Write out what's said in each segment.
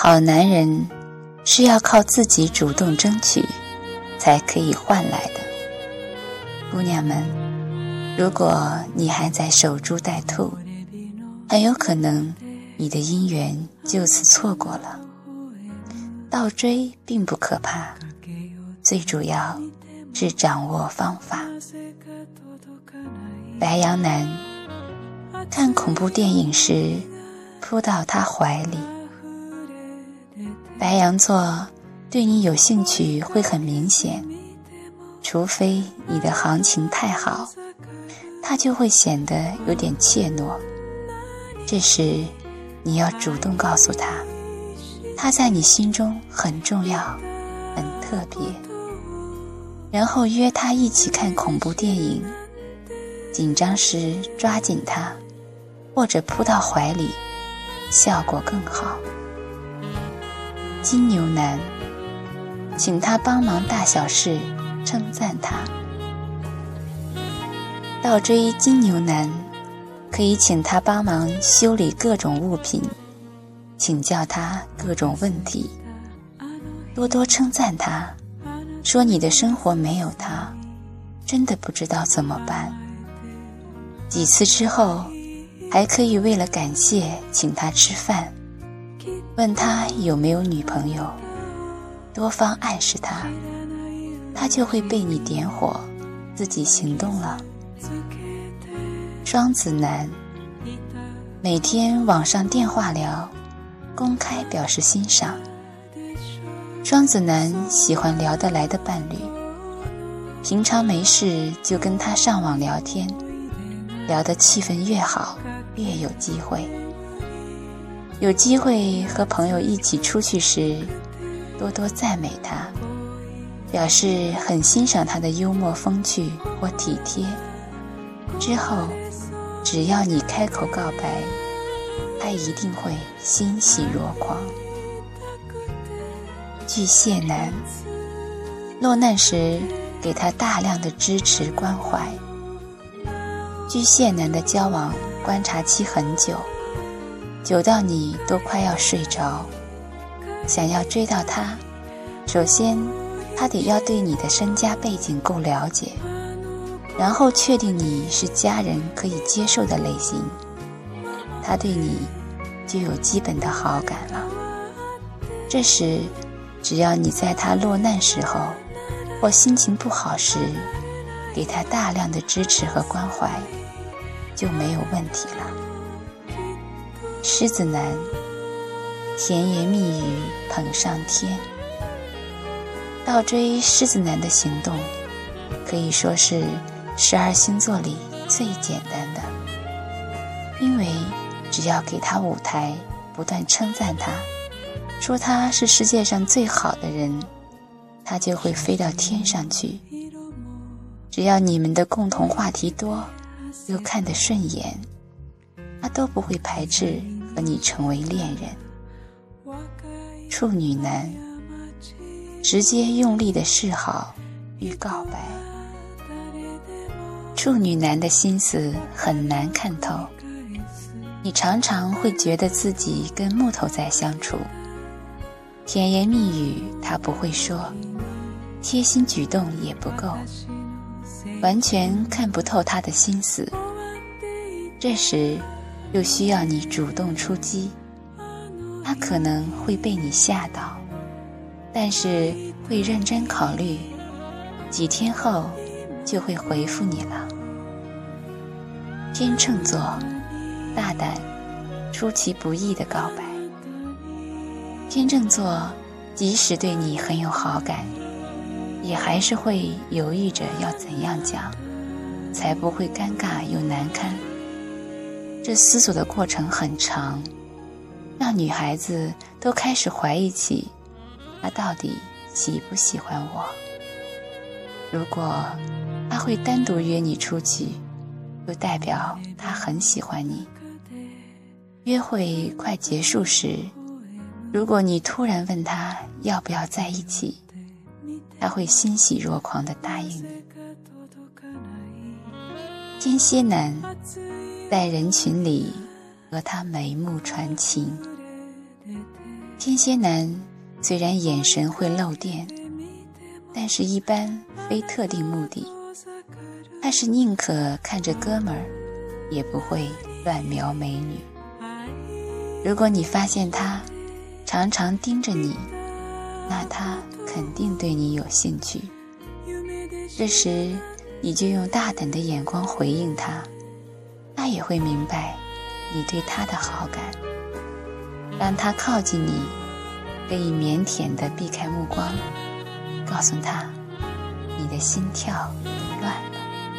好男人是要靠自己主动争取才可以换来的。姑娘们，如果你还在守株待兔，很有可能你的姻缘就此错过了。倒追并不可怕，最主要是掌握方法。白羊男看恐怖电影时扑到他怀里。白羊座对你有兴趣会很明显，除非你的行情太好，他就会显得有点怯懦。这时你要主动告诉他，他在你心中很重要，很特别，然后约他一起看恐怖电影。紧张时抓紧他，或者扑到怀里，效果更好。金牛男，请他帮忙大小事，称赞他。倒追金牛男，可以请他帮忙修理各种物品，请教他各种问题，多多称赞他，说你的生活没有他，真的不知道怎么办。几次之后，还可以为了感谢请他吃饭，问他有没有女朋友，多方暗示他，他就会被你点火，自己行动了。双子男，每天网上电话聊，公开表示欣赏。双子男喜欢聊得来的伴侣，平常没事就跟他上网聊天，聊得气氛越好，越有机会。有机会和朋友一起出去时，多多赞美他，表示很欣赏他的幽默风趣或体贴。之后只要你开口告白，他一定会欣喜若狂。巨蟹男，落难时给他大量的支持关怀。巨蟹男的交往观察期很久，久到你都快要睡着。想要追到他，首先他得要对你的身家背景够了解，然后确定你是家人可以接受的类型，他对你就有基本的好感了。这时只要你在他落难时候或心情不好时，给他大量的支持和关怀，就没有问题了。狮子男，甜言蜜语捧上天。倒追狮子男的行动，可以说是12星座里最简单的，因为只要给他舞台，不断称赞他，说他是世界上最好的人，他就会飞到天上去。只要你们的共同话题多，又看得顺眼，他都不会排斥和你成为恋人。处女男，直接用力的示好与告白。处女男的心思很难看透，你常常会觉得自己跟木头在相处，甜言蜜语他不会说，贴心举动也不够，完全看不透他的心思。这时又需要你主动出击，他可能会被你吓到，但是会认真考虑，几天后就会回复你了。天秤座，大胆出其不意的告白。天秤座即使对你很有好感，也还是会犹豫着要怎样讲，才不会尴尬又难堪。这思索的过程很长，让女孩子都开始怀疑起他到底喜不喜欢我。如果他会单独约你出去，就代表他很喜欢你。约会快结束时，如果你突然问他要不要在一起，他会欣喜若狂地答应你。天蝎男，在人群里和他眉目传情。 天蝎男虽然眼神会漏电，但是一般非特定目的，他是宁可看着哥们儿，也不会乱瞄美女。如果你发现他常常盯着你，那他肯定对你有兴趣。这时你就用大胆的眼光回应他，他也会明白你对他的好感。当他靠近你，可以腼腆地避开目光，告诉他你的心跳乱了。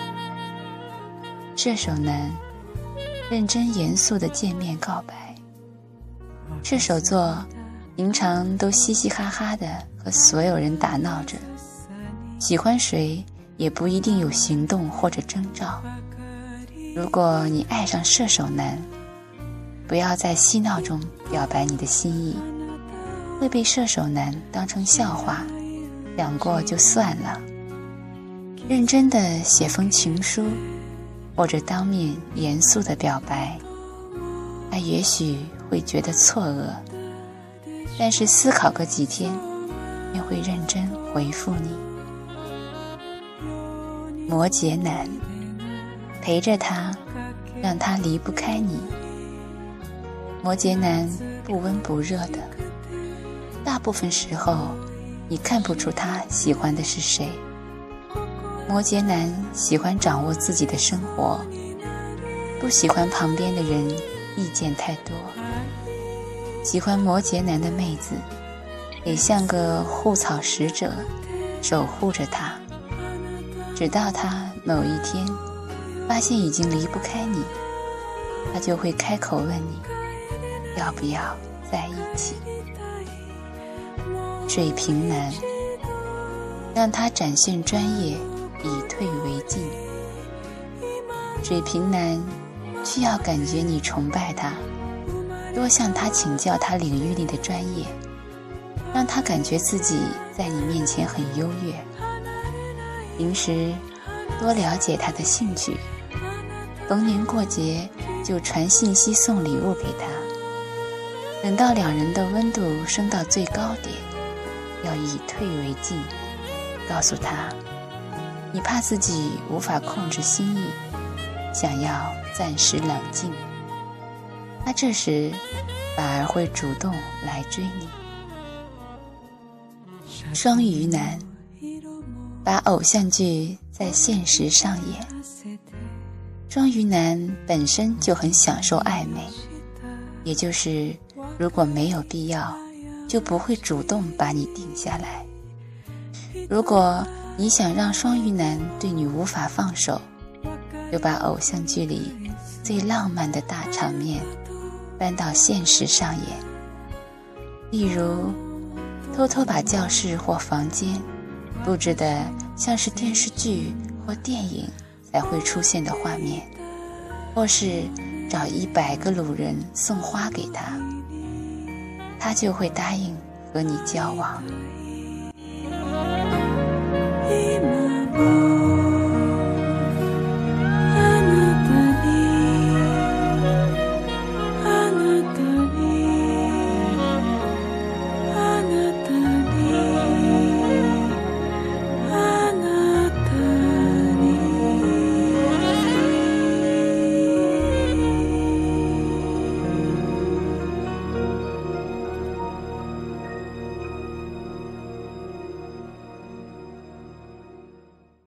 射手男认真严肃地见面告白。射手座平常都嘻嘻哈哈地和所有人打闹着，喜欢谁也不一定有行动或者征兆。如果你爱上射手男，不要在嬉闹中表白你的心意，会被射手男当成笑话，想过就算了。认真地写封情书，或者当面严肃地表白，他也许会觉得错愕，但是思考个几天，便会认真回复你。摩羯男，陪着他，让他离不开你。摩羯男不温不热的，大部分时候你看不出他喜欢的是谁。摩羯男喜欢掌握自己的生活，不喜欢旁边的人意见太多。喜欢摩羯男的妹子也像个护草使者，守护着他，直到他某一天发现已经离不开你，他就会开口问你要不要在一起。水瓶男，让他展现专业，以退为进。水瓶男需要感觉你崇拜他，多向他请教他领域里的专业，让他感觉自己在你面前很优越。平时多了解他的兴趣，逢年过节就传信息送礼物给他。等到两人的温度升到最高点，要以退为进，告诉他你怕自己无法控制心意，想要暂时冷静。他这时反而会主动来追你。双鱼男，把偶像剧在现实上演。双鱼男本身就很享受暧昧，也就是如果没有必要，就不会主动把你定下来。如果你想让双鱼男对你无法放手，就把偶像剧里最浪漫的大场面搬到现实上演。例如偷偷把教室或房间布置得像是电视剧或电影才会出现的画面，或是找100个路人送花给他，他就会答应和你交往。